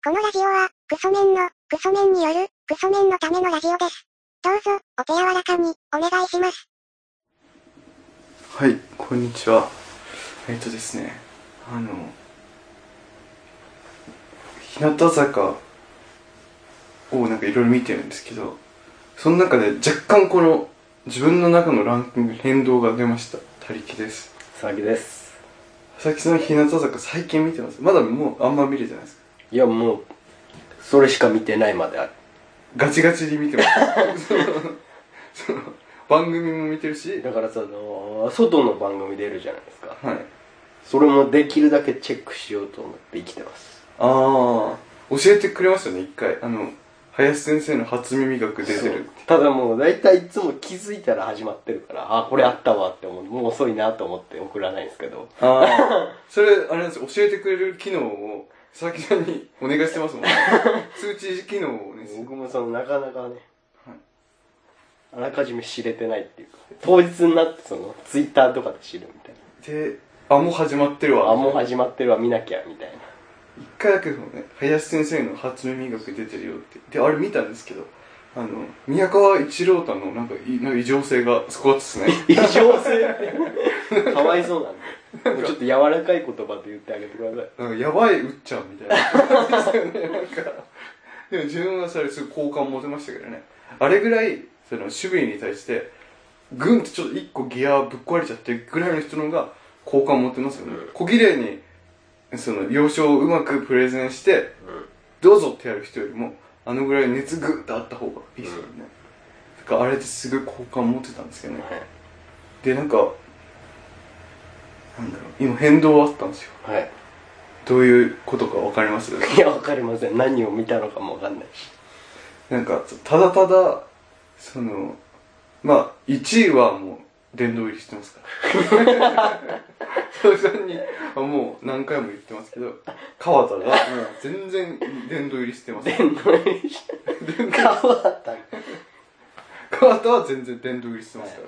このラジオは、クソメンによる、クソメンのためのラジオです。どうぞ、お手柔らかに、お願いします。 はい、こんにちは。ですね、日向坂をなんかいろいろ見てるんですけど、その中で若干この自分の中のランキング変動が出ました。他力です。 佐々木です。 佐々木さん、日向坂最近見てます？まだもうあんま見れてないですか？ いや、もうそれしか見てないまである。 ガチガチに見てますその番組も見てるし、 だから外の番組出るじゃないですか。 はい。 それもできるだけチェックしようと思って生きてます。 ああ、教えてくれましたね、一回。林先生の初耳学出てるって。 ただもう大体いつも気づいたら始まってるから、あ、これあったわって思う。もう遅いなと思って送らないんですけど。 ああ、それ、あれなんですよ、教えてくれる機能を佐々木さんにお願いしてますもんね。通知機能をね。 僕もなかなかね、はい、あらかじめ知れてないっていうか、当日になってツイッターとかで知るみたいな。 で、あ、もう始まってるわ。 あ、もう始まってるわ、見なきゃみたいな。 一回だけね、林先生の初耳学出てるよって。で、あれ見たんですけど、宮川一郎太のなんか異常性がすごかったですね。 異常性ってかわいそうなんで。もうちょっと柔らかい言葉で言ってあげてください。 なんかやばいうっちゃんみたいな感じですよね、なんか。でも自分はそれすごい好感持てましたけどね。あれぐらい、守備に対して、グンとちょっと一個ギアぶっ壊れちゃってるぐらいの人の方が好感持てますよね。小綺麗に、要所をうまくプレゼンして、どうぞってやる人よりも、あのぐらい熱グッとあった方がいいですよね。だからあれですごい好感持ってたんですけどね。で、なんか、今変動あったんですよ。 はい。 どういうことかわかります？ いや、わかりません。何を見たのかもわかんないし。 なんか、ただただ、まあ、1位はもう、殿堂入りしてますから。それさんに、もう何回も言ってますけど、川田が、もう全然殿堂入りしてます。 殿堂入りして川田は全然殿堂入りしてますから。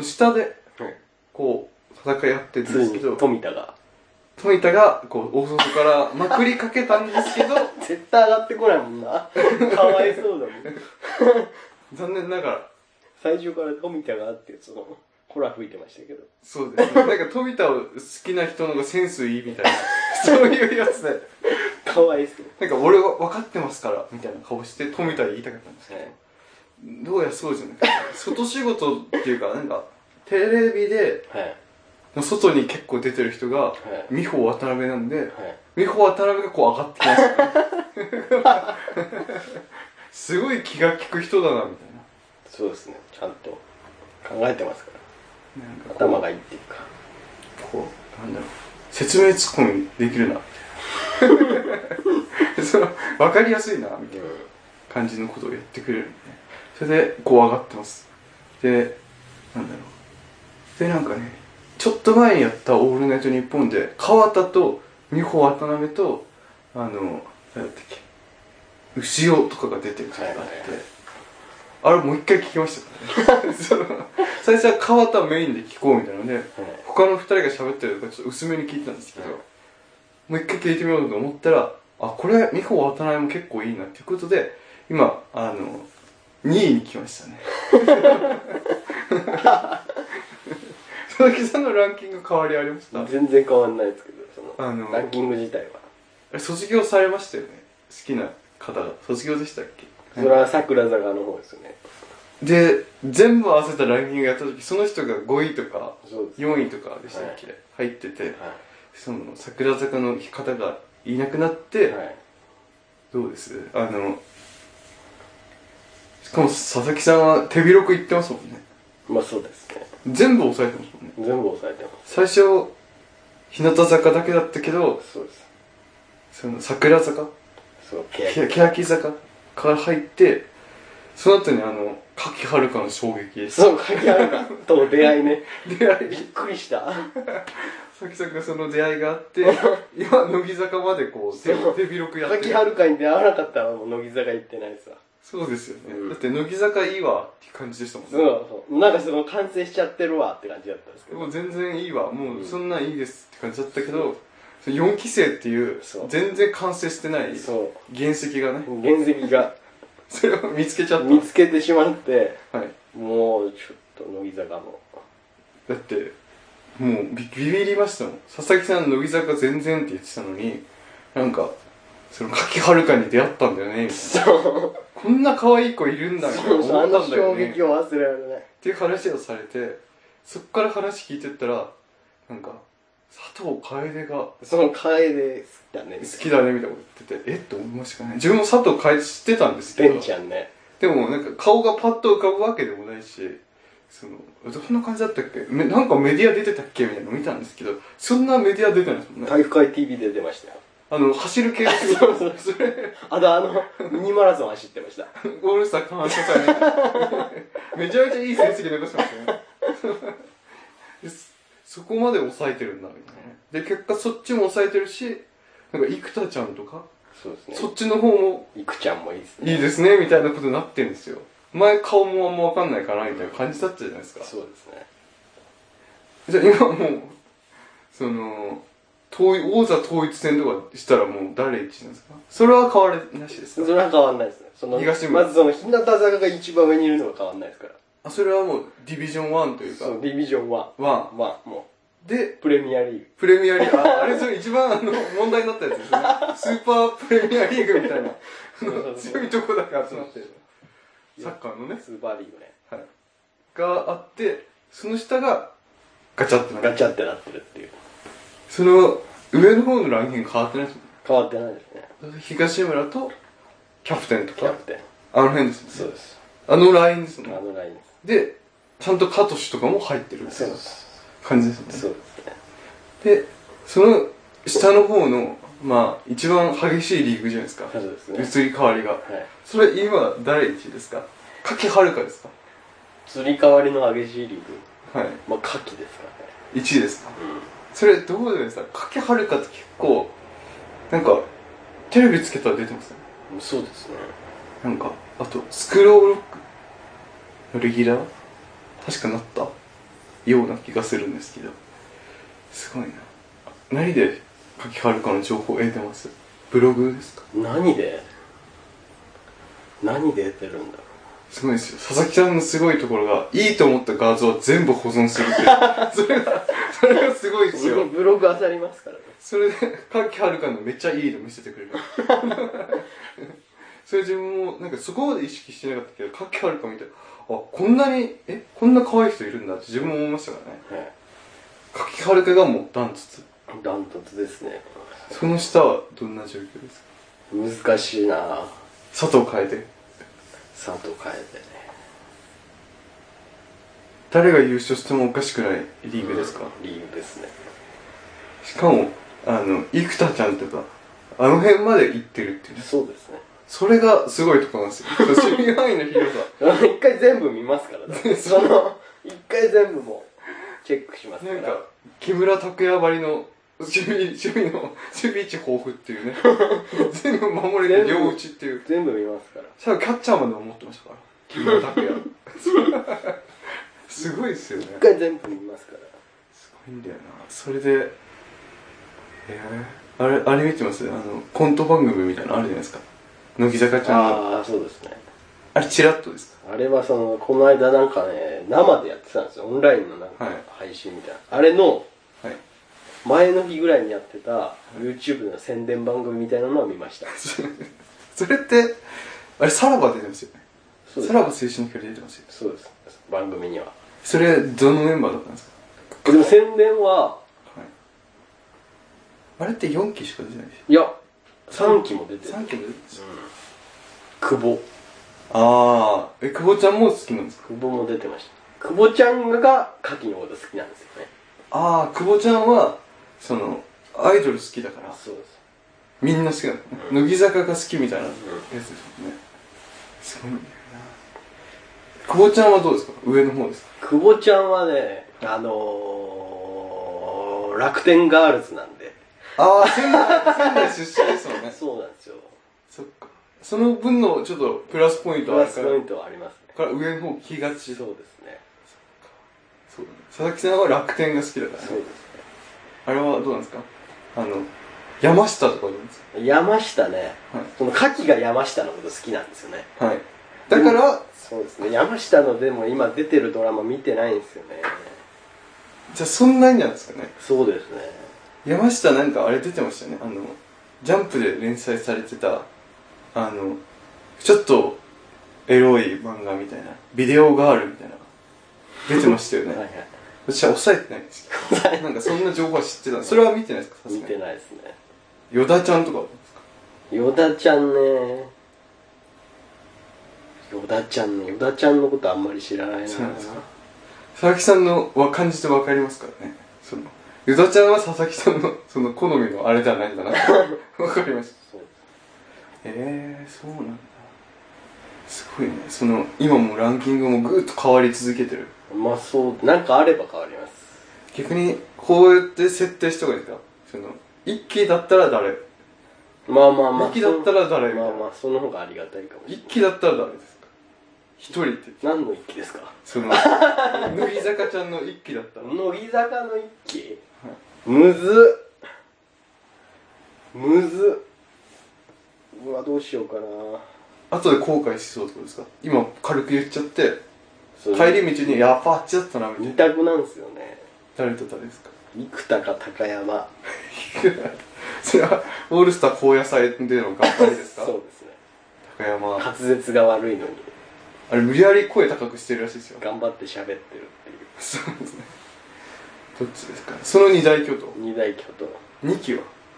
下で、こう、戦い合ってるんですけど、富田が、こう、大外からまくりかけたんですけど、 絶対上がってこないもんな。かわいそうだもん。 残念ながら。 最初から富田があって、ほら吹いてましたけど。 そうですね。なんか富田を好きな人の方がセンスいいみたいな、そういうやつで。 かわいそう。 なんか俺は分かってますから、みたいな顔して富田に言いたかったんですけど、どうやらそうじゃなくて、外仕事っていうか、なんか、テレビで、外に結構出てる人が、美穂渡辺なんで、美穂渡辺がこう上がってきましたね。すごい気が利く人だな、みたいな。 そうですね。ちゃんと考えてますから。頭がいいっていうか。 こう、なんだろう。説明ツッコミできるな、みたいな。分かりやすいな、みたいな感じのことをやってくれるんで、ね。それで、こう上がってます。で、なんだろう。で、なんかね、ちょっと前にやったオールナイトニッポンで、川田と美穂渡辺と、なんだっけ、牛尾とかが出てる時があって、あれもう一回聞きましたからね。最初は川田メインで聞こうみたいなので、他の二人が喋ってるとかちょっと薄めに聞いてたんですけど、もう一回聞いてみようと思ったら、あ、これ美穂渡辺も結構いいなっていうことで、今、2位に来ましたね。佐々木さんのランキング変わりありました？ 全然変わんないですけど、ランキング自体は。 卒業されましたよね。好きな方が。卒業でしたっけ？ それは桜坂の方ですよね。 で、全部合わせたランキングやった時、その人が5位とか4位とかでしたっけ、入ってて、桜坂の方がいなくなって、どうです？しかも佐々木さんは手広く言ってますもんね。 まあそうですね。 全部抑えてますもんね。 全部抑えてます。 最初、日向坂だけだったけど、 そうです。 桜坂、欅坂から入って、その後に柿遥香の衝撃です。 そう、柿遥香と出会いね。びっくりした。 佐々木さんがその出会いがあって、今、乃木坂までこう、手広くやってる。 柿遥香に出会わなかったらもう乃木坂行ってないさ。 そうですよね。だって乃木坂いいわって感じでしたもんね。 そう。なんか完成しちゃってるわって感じだったんですけど。 もう全然いいわ。もうそんなんいいですって感じだったけど、 4期生っていうそう全然完成してないそ原石がね、 う。原石がそれを見つけちゃった。 見つけてしまって、 はい。 もうちょっと乃木坂も。 だってもうビビりましたもん。佐々木さん乃木坂全然って言ってたのに、なんかその柿はるかに出会ったんだよねみたいな。 そうこんな可愛い子いるんだみたいな思そう、あのったんだよ衝ね撃を忘れられない。 っていう話をされて、そっから話聞いてったら、なんか佐藤楓がその楓好きだね。 好きだねみたいなこと言ってて、って思いましたね。自分も佐藤楓知ってたんですけど、 ベンちゃんね。 でもなんか顔がパッと浮かぶわけでもないし、そのどんな感じだったっけ、なんかメディア出てたっけみたいなの見たんですけど、そんなメディア出てないですもんね。 体育会 TV で出ましたよ。 走る系ですよ。 そうそうそれあとミニマラソン走ってました。 オールスター感謝祭めちゃめちゃいい成績残してましたねでそこまで抑えてるんだみたいな。で結果そっちも抑えてるし、なんか生田ちゃんとかそうですね。 そっちの方もいくちゃんもいいですね。 いいですねみたいなことになってるんですよ。前顔もあんま分かんないかなみたいな感じだったじゃないですか。 そうですね。 じゃあ今もうその王座統一戦とかしたらもう誰一なんですか？それは変わりなしですか？ それは変わんないですね。 東村まずその日向坂が一番上にいるのが変わんないですから。 あ、それはもうディビジョン1というか、 そう、ディビジョン1。 ワもンでう、プレミアリーグ。 プレミアリーグ、あれそれ一番問題になったやつですよね。スーパープレミアリーグみたいな強いとこだけ集まってサッカーのね、 スーパーリーグね。 はい、があって、その下がガチャってなってる。 ガチャってなってるっていう。 その上の方のランキング変わってないですもん。 変わってないですね。 東村とキャプテンとかキャプテン。 あの辺ですね。 そうです。 あのラインですね。 あのラインです。 でちゃんとカトシとかも入ってるそうです。 感じですね。 そうですね。 でその下の方のまあ一番激しいリーグじゃないですか。 そうですね。 移り変わりが、 はい、 それ今誰1位ですか？柿はるかですか？ 移り変わりの激しいリーグ。 はい。 まあ夏季ですからね。 1位ですか？ うん。 それどうですか？柿はるかって結構なんかテレビつけたら出てますね。 そうですね。 なんかあとスクロールロックのレギュラー確かなったような気がするんですけど、すごいな。何で柿はるかの情報を得てます？ブログですか？ 何で得てるんだろすごいですよ。佐々木さんのすごいところが、いいと思った画像は全部保存するってそれがすごいですよ。 ブログ漁りますからね。 それで柿はるかのめっちゃいいの見せてくれるそれ自分もなんかそこまで意識してなかったけど、柿はるか見て、こんなにこんな可愛い人いるんだって自分も思いましたからね。柿はるかがもうダントツ。 ダントツですね。 その下はどんな状況ですか？ 難しいな。 佐藤楓。 佐藤楓ね。 誰が優勝してもおかしくないリーグですか？ リーグですね。 しかも生田ちゃんとかあの辺まで行ってるっていうね。 そうですね。 それがすごいところなんですよ。守備範囲の広さ。 一回全部見ますからね。一回全部もチェックしますから。 なんか木村拓哉ばりの守備位置豊富っていうね。全部守れて両打ちっていう。 全部見ますから。 最後キャッチャーまで思ってましたから。木村拓哉。すごいですよね。 一回全部見ますから。 すごいんだよな。それであれ見てます？コント番組みたいなのあるじゃないですか。乃木坂ちゃんの。 ああ、そうですね。 あれチラッとですか？ あれはこの間なんかね、生でやってたんですよ。オンラインのなんか配信みたいな。あれの、前の日ぐらいにやってた YouTube の宣伝番組みたいなのを見ました。 それって、あれさらば出てますよね。 そうです。 さらば青春の光出てますよ。 そうです。番組には。 それ、どのメンバーだったんですか？ でも宣伝は、 あれって4期しか出てないでしょ？ いや、3期も出てる。 3期も出てるんですよ。 久保。 久保ちゃんも好きなんですか？ 久保も出てました。久保ちゃんが牡蠣のこと好きなんですよね。 久保ちゃんは、アイドル好きだから。 そうです。 みんな好きなの。乃木坂が好きみたいなやつですもんね。すごいんだよな。久保ちゃんはどうですか？上の方ですか？ 久保ちゃんはね、楽天ガールズなんで。 仙台出身ですもんね。 そうなんですよ。 そっか。その分のちょっとプラスポイントはあるから。 プラスポイントはありますね。 から上の方聞きがち。 そうですね。 そうだね。佐々木さんは楽天が好きだからね。 そうですね。 あれはどうなんですか？ 山下とか言うんですか？ 山下ね、 はい、 その牡蠣が山下のこと好きなんですよね。 はい。だから、 そうですね、山下のでも今出てるドラマ見てないんですよね。 じゃあそんなになんですかね。 そうですね。 山下なんかあれ出てましたよね。ジャンプで連載されてた、ちょっとエロい漫画みたいな、ビデオガールみたいな、出てましたよね。はいはい。私は抑えてないんですけど、なんかそんな情報は知ってた。それは見てないですか？ 見てないですね。 ヨダちゃんとかですか？ ヨダちゃんね。ヨダちゃんのことあんまり知らないな。 そうなんですか。佐々木さんの感じてわかりますからね。ヨダちゃんは佐々木さんのその好みのあれじゃないんだなってわかりました。そうなんだ。すごいね。今もランキングもぐーっと変わり続けてる。 まあそう、なんかあれば変わります。 逆にこうやって設定した方がいいですか？一期だったら誰？ まあまあまあ。 二期だったら誰？ まあまあその方がありがたいかもしれない。 一期だったら誰ですか？一人って。 何の一期ですか？ 乃木坂ちゃんの一期だったら。 乃木坂の一期？はい、むずうわ、どうしようかな。 後で後悔しそうってことですか？今軽く言っちゃって帰り道にやっぱあっちだったなみたいな。 二択なんですよね。 誰と誰ですか？ 生田か高山。 それはオールスター高野菜での頑張りですか？ そうですね。 高山滑舌が悪いのにあれ無理やり声高くしてるらしいですよ。 頑張って喋ってるっていう。 そうですね。どっちですか？その二大巨頭。 二大巨頭。 二期は？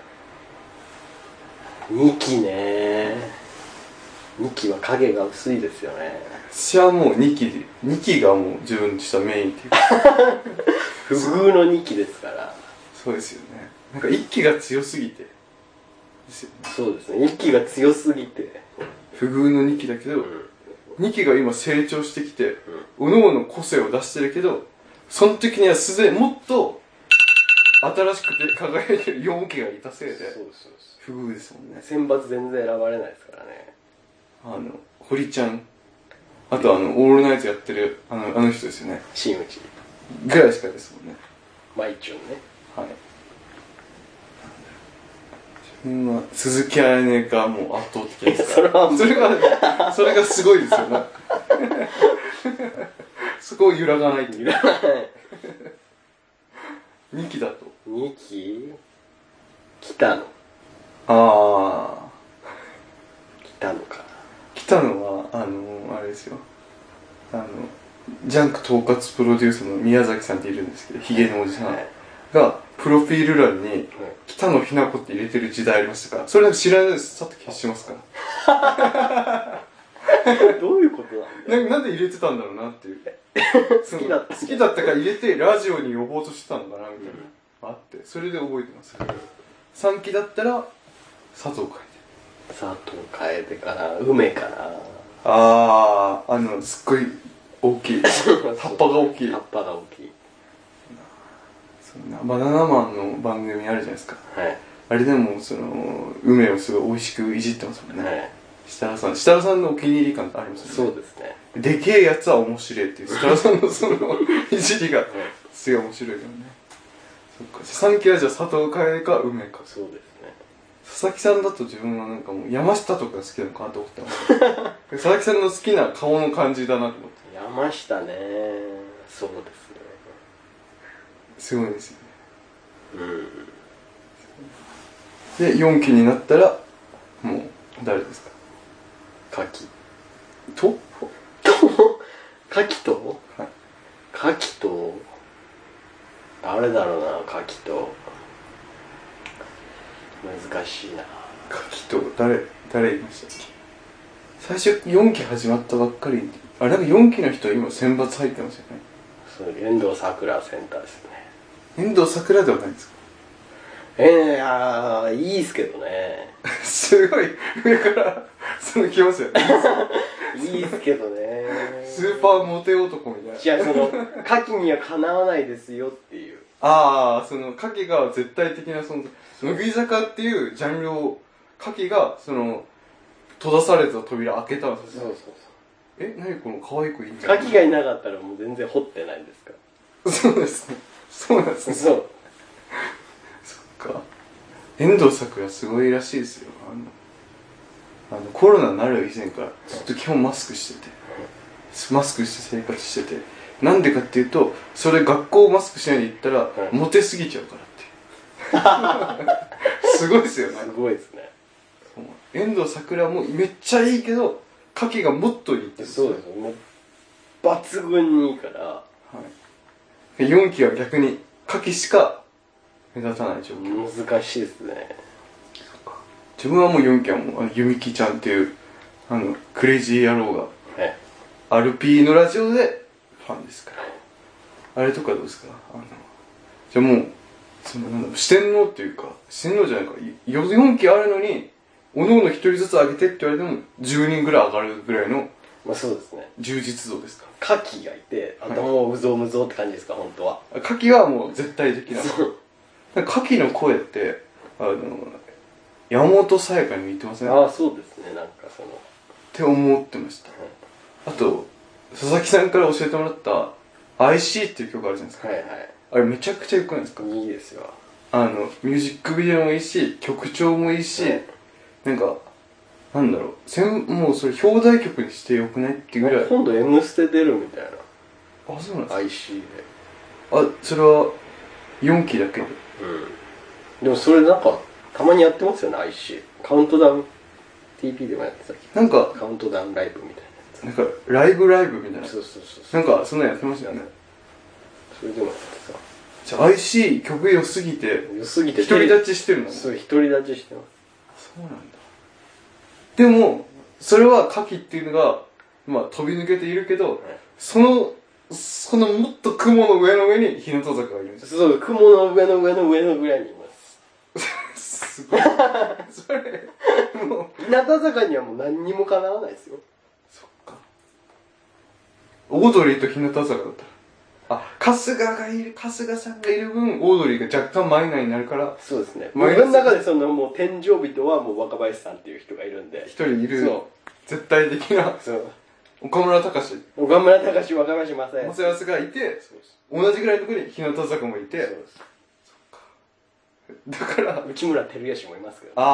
二期ね。2期は影が薄いですよね。 私はもう2期がもう自分としたメインっていうか不遇の2期ですから。 そうですよね。なんか1期が強すぎてですよね。 そうですね、1期が強すぎて不遇の2期だけど、2期が今成長してきて、各々個性を出してるけど、その時にはすでにもっと新しくて輝いてる4期がいたせいで不遇ですもんね。 選抜全然選ばれないですからね。 堀ちゃん、あとオールナイトやってるあの人ですよね。 真打ちぐらいしかですもんね。 マイチュンね。 はい。自分は鈴木彩音がもう圧倒的ですから。それがすごいですよね。そこを揺らがないという。2期だと。 2期北野。 ああ。 北野かな。 北野はあれですよ。ジャンク統括プロデュースの宮崎さんっているんですけど、ヒゲのおじさんがプロフィール欄に北野日な子って入れてる時代ありましたから、それなんか知らないです。さっと消しますから。 どういうことなんだよ。 なんで入れてたんだろうなっていう。好きだったから入れてラジオに呼ぼうとしてたのかなみたいなのがあって、それで覚えてます。3期だったら佐藤楓。 佐藤楓かな、梅かな。 ああ、すっごい大きい。葉っぱが大きい。 葉っぱが大きい。 バナナマンの番組あるじゃないですか。 はい。 あれでも梅をすごい美味しくいじってますもんね。はい。設楽さんのお気に入り感ありますよね。 そうですね。 でけえやつは面白いっていう設楽さんのいじりがすごい面白いからね。そっか。3期はじゃあ佐藤楓か梅か。 そうですね。 佐々木さんだと自分はなんかもう山下とか好きなのかなと思ってます佐々木さんの好きな顔の感じだなと思って。 山下ね。そうですね。 すごいですよね。で4期になったらもう誰ですか？ 柿と柿と、はい、柿と誰だろうな。柿と難しいな。 柿と誰いましたっけ？最初4期始まったばっかり。なんか4期の人は今選抜入ってますよね。 そう、遠藤さくらセンターですね。遠藤さくらではないんですか？ いいですけどね。 すごい上から来ますよね。 いいですけどね。 スーパーモテ男みたいな。 じゃあ牡蠣にはかなわないですよっていう。 ああ、牡蠣が絶対的な存在。乃木坂っていうジャンルを牡蠣が閉ざされた扉開けたんですよ。そう。何この可愛い子いいんじゃない？ 牡蠣がいなかったらもう全然掘ってないんですか？ そうですね。そうなんですね。 そう。 そっか。 遠藤さくらすごいらしいですよ。コロナになる以前からずっと基本マスクしてて、マスクして生活してて、なんでかっていうと、それ学校マスクしないで行ったら、モテすぎちゃうからってすごいですよね。 すごいですね。 遠藤さくらもめっちゃいいけど、牡蠣がもっといいって。 そうですよ、もう抜群にいいから、 はい、4期は逆に牡蠣しか目立たない状況。 難しいですね。 自分はもう4期はもうゆみきちゃんっていうクレイジー野郎が、RP のラジオでファンですから。あれとかどうですか？じゃあもう四天王っていうか、四天王じゃないか、4期あるのにおのおの1人ずつ上げてって言われても10人ぐらい上がるぐらいの、 まあそうですね、 充実度ですか？ 牡蠣がいて、あともううぞうむぞうって感じですか、本当は。 牡蠣はもう絶対的な。牡蠣の声って山本さやかに似てません？ ああ、そうですね、なんかって思ってました。あと佐々木さんから教えてもらった「IC」っていう曲あるじゃないですか。 はいはい。 あれめちゃくちゃ良くないですか？ いいですよ。 ミュージックビデオもいいし、曲調もいいし、なんかなんだろう、もうそれ表題曲にしてよくないっていうぐらい。 今度「M ステ」出るみたいな。 あ、そうなんですか。 IC で。 それは4期だけで。 でもそれなんかたまにやってますよね、 IC。 カウントダウン TP でもやってたっけ。 なんかカウントダウンライブみたいなやつ。 なんかライブみたいな。 そうなんかそんなのやってましたよね。 それでもやってさ。 じゃあ IC 曲良すぎて独り立ちしてるの？ そう、独り立ちしてます。 そうなんだ。でもそれは牡蠣っていうのがまあ飛び抜けているけど、そのもっと雲の上の上に日向坂がいるんです。 そう、雲の上の上の上のぐらいにいます。 すごい。それもう日向坂にはもう何にもかなわないですよ。 そっか。オードリーと日向坂だったら、春日さんがいる分オードリーが若干マイナーになるから。 そうですね。僕の中でもう天井人はもう若林さんっていう人がいるんで、 一人いる。絶対的な。 そう。 岡村隆史、 若林正康がいて、同じぐらいのところに日向坂もいて。そうです。だから内村照吉もいますけど、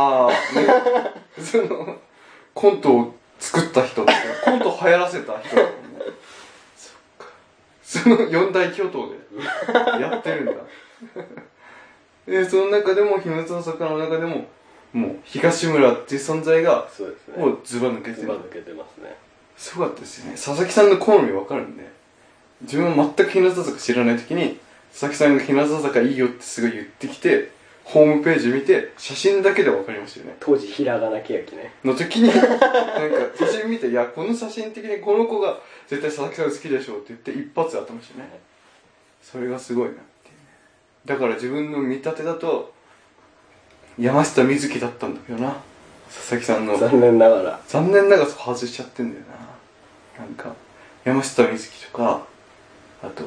コントを作った人ってコントを流行らせた人だもんね。そっか。その四大巨頭でやってるんだ。でその中でも日向坂の中でももう東村っていう存在がそうですね、 もうズバ抜けてる。 ズバ抜けてますね。 すごかったですよね。佐々木さんの好み分かるんで、自分は全く日向坂知らない時に佐々木さんが日向坂いいよってすごい言ってきて、ホームページ見て写真だけで分かりましたよね。 当時ひらがなけやきねの時になんか写真見て、いやこの写真的にこの子が絶対佐々木さんが好きでしょうって言って一発で当てましたね。それがすごいなっていうね。だから自分の見立てだと山下美月だったんだけどな、佐々木さんの。 残念ながら外しちゃってんだよな。なんか山下美月とか、あと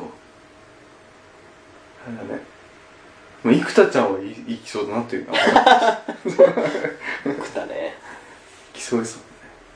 なんだね、生田ちゃんはいきそうだなっていうか。 生田ね、 いきそうですもんね。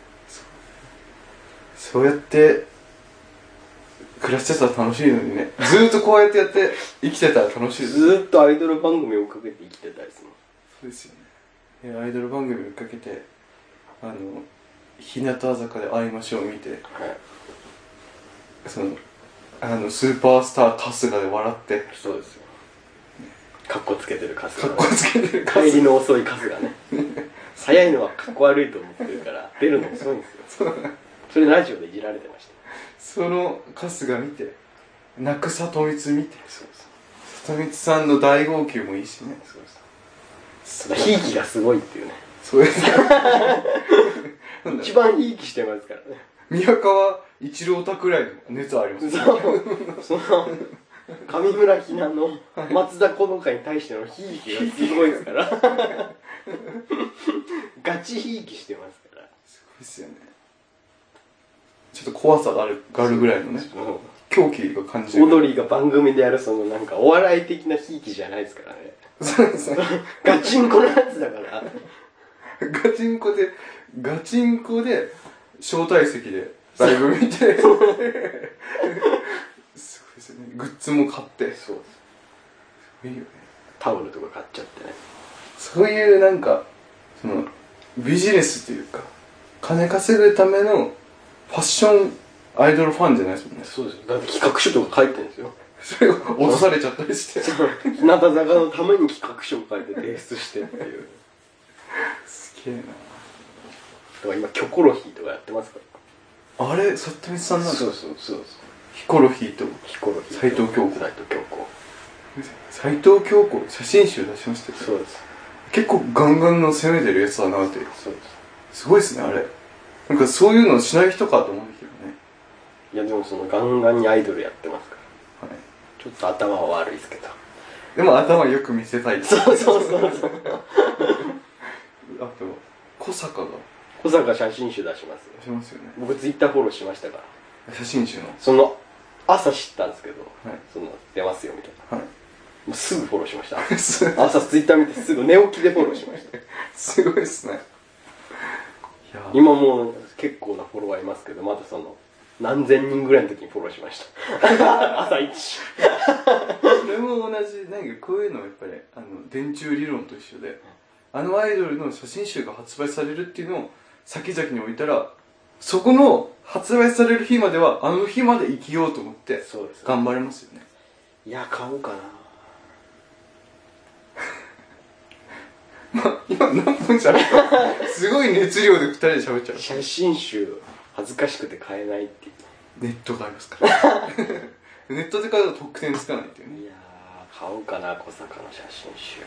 そうやって暮らしてたら楽しいのにね。ずーっとこうやってやって生きてたら楽しいです。 ずーっとアイドル番組を追っかけて生きてたりする。 そうですよね。アイドル番組を追っかけて日向坂で会いましょう見て、スーパースター春日で笑って。 そうですよ、カッコつけてる春日、 カッコつけてる春日、 帰りの遅い春日ね。早いのはカッコ悪いと思ってるから出るの遅いんですよ。それラジオでいじられてました。その春日見て、泣く里光見て、里光さんの大号泣もいいしね。 ひいきがすごいっていうね。 そうですね。 一番ひいきしてますからね。 宮川一郎太くらいの熱ありますね。 その上村ひなの松田好花に対してのひいきがすごいですからガチひいきしてますから。 すごいですよね。ちょっと怖さがあるぐらいのね、狂気が感じる。 オードリーが番組でやるなんかお笑い的なひいきじゃないですからね。 そうですね。 ガチンコのやつだからガチンコで招待席でライブ見てすごいですよね。グッズも買って。 そうです。 いいよね。 タオルとか買っちゃってね。 そういうなんかそのビジネスというか金稼ぐためのファッションアイドルファンじゃないですもんね。 そうですよ。だって企画書とか書いてるんですよ。 それを落とされちゃったりして日向坂のために企画書を書いて提出してっていう。 すげえな。 だから今キョコロヒーとかやってますから。あれ里見さんなんですか。 そうヒコロヒーと斉藤京子。 斉藤京子写真集出しましたよ。 そうです。 結構ガンガンの攻めてるやつだなって。 そうです。 すごいですねあれ。なんかそういうのしない人かと思うんだけどね。 いやでもそのガンガンにアイドルやってますから、 はい、 ちょっと頭は悪いですけど、 でも頭よく見せたい。 そうあと小坂写真集出しますしますよね。 僕ツイッターフォローしましたから。 写真集のその朝知ったんですけど、 はい、 その出ますよみたいな、はい、もうすぐフォローしました朝ツイッター見てすぐ寝起きでフォローしましたすごいですね。いや今もう結構なフォロワーいますけど、まだその何千人ぐらいの時にフォローしました朝一それも同じ。なんかこういうのやっぱり電柱理論と一緒で、アイドルの写真集が発売されるっていうのを先々に置いたら、そこの発売される日まではあの日まで生きようと思って頑張れますよね。 いや買おうかな今何分喋ったすごい熱量で2人で喋っちゃう。 写真集恥ずかしくて買えないっていう。 ネットがありますからネットで買うと特典つかないっていうね。 いやー買おうかな小坂の写真集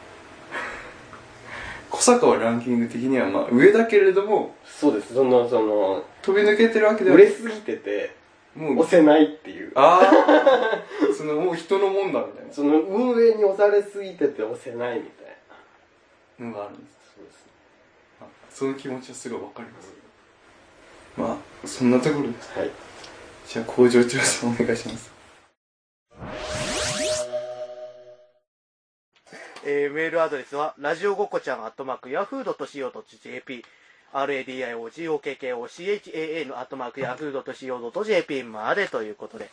小坂はランキング的にはまあ上だけれども、 そうです。その飛び抜けてるわけでは売れすぎててもう押せないっていう。 ああそのもう人のもんだみたいな、 その運営に押されすぎてて押せないみたいなのがあるんです。 そうですね。 その気持ちはすごいわかります、まあそんなところです。 はい。 じゃあ工場調査お願いします。 メールアドレスはラジオごこちゃん@yahoo.co.jp radiogokochan@yahoo.co.jp までということで。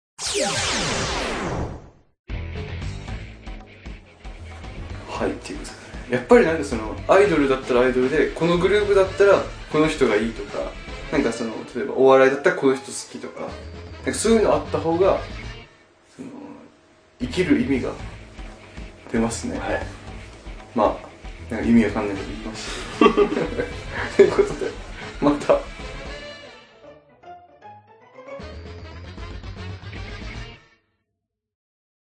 はいっていうことですね。やっぱりなんかそのアイドルだったらアイドルで、このグループだったらこの人がいいとか、なんかその例えばお笑いだったらこの人好きとか、なんかそういうのあった方がその生きる意味が出ますね。 はい。 まあなんか意味わかんないこと言いましたということで。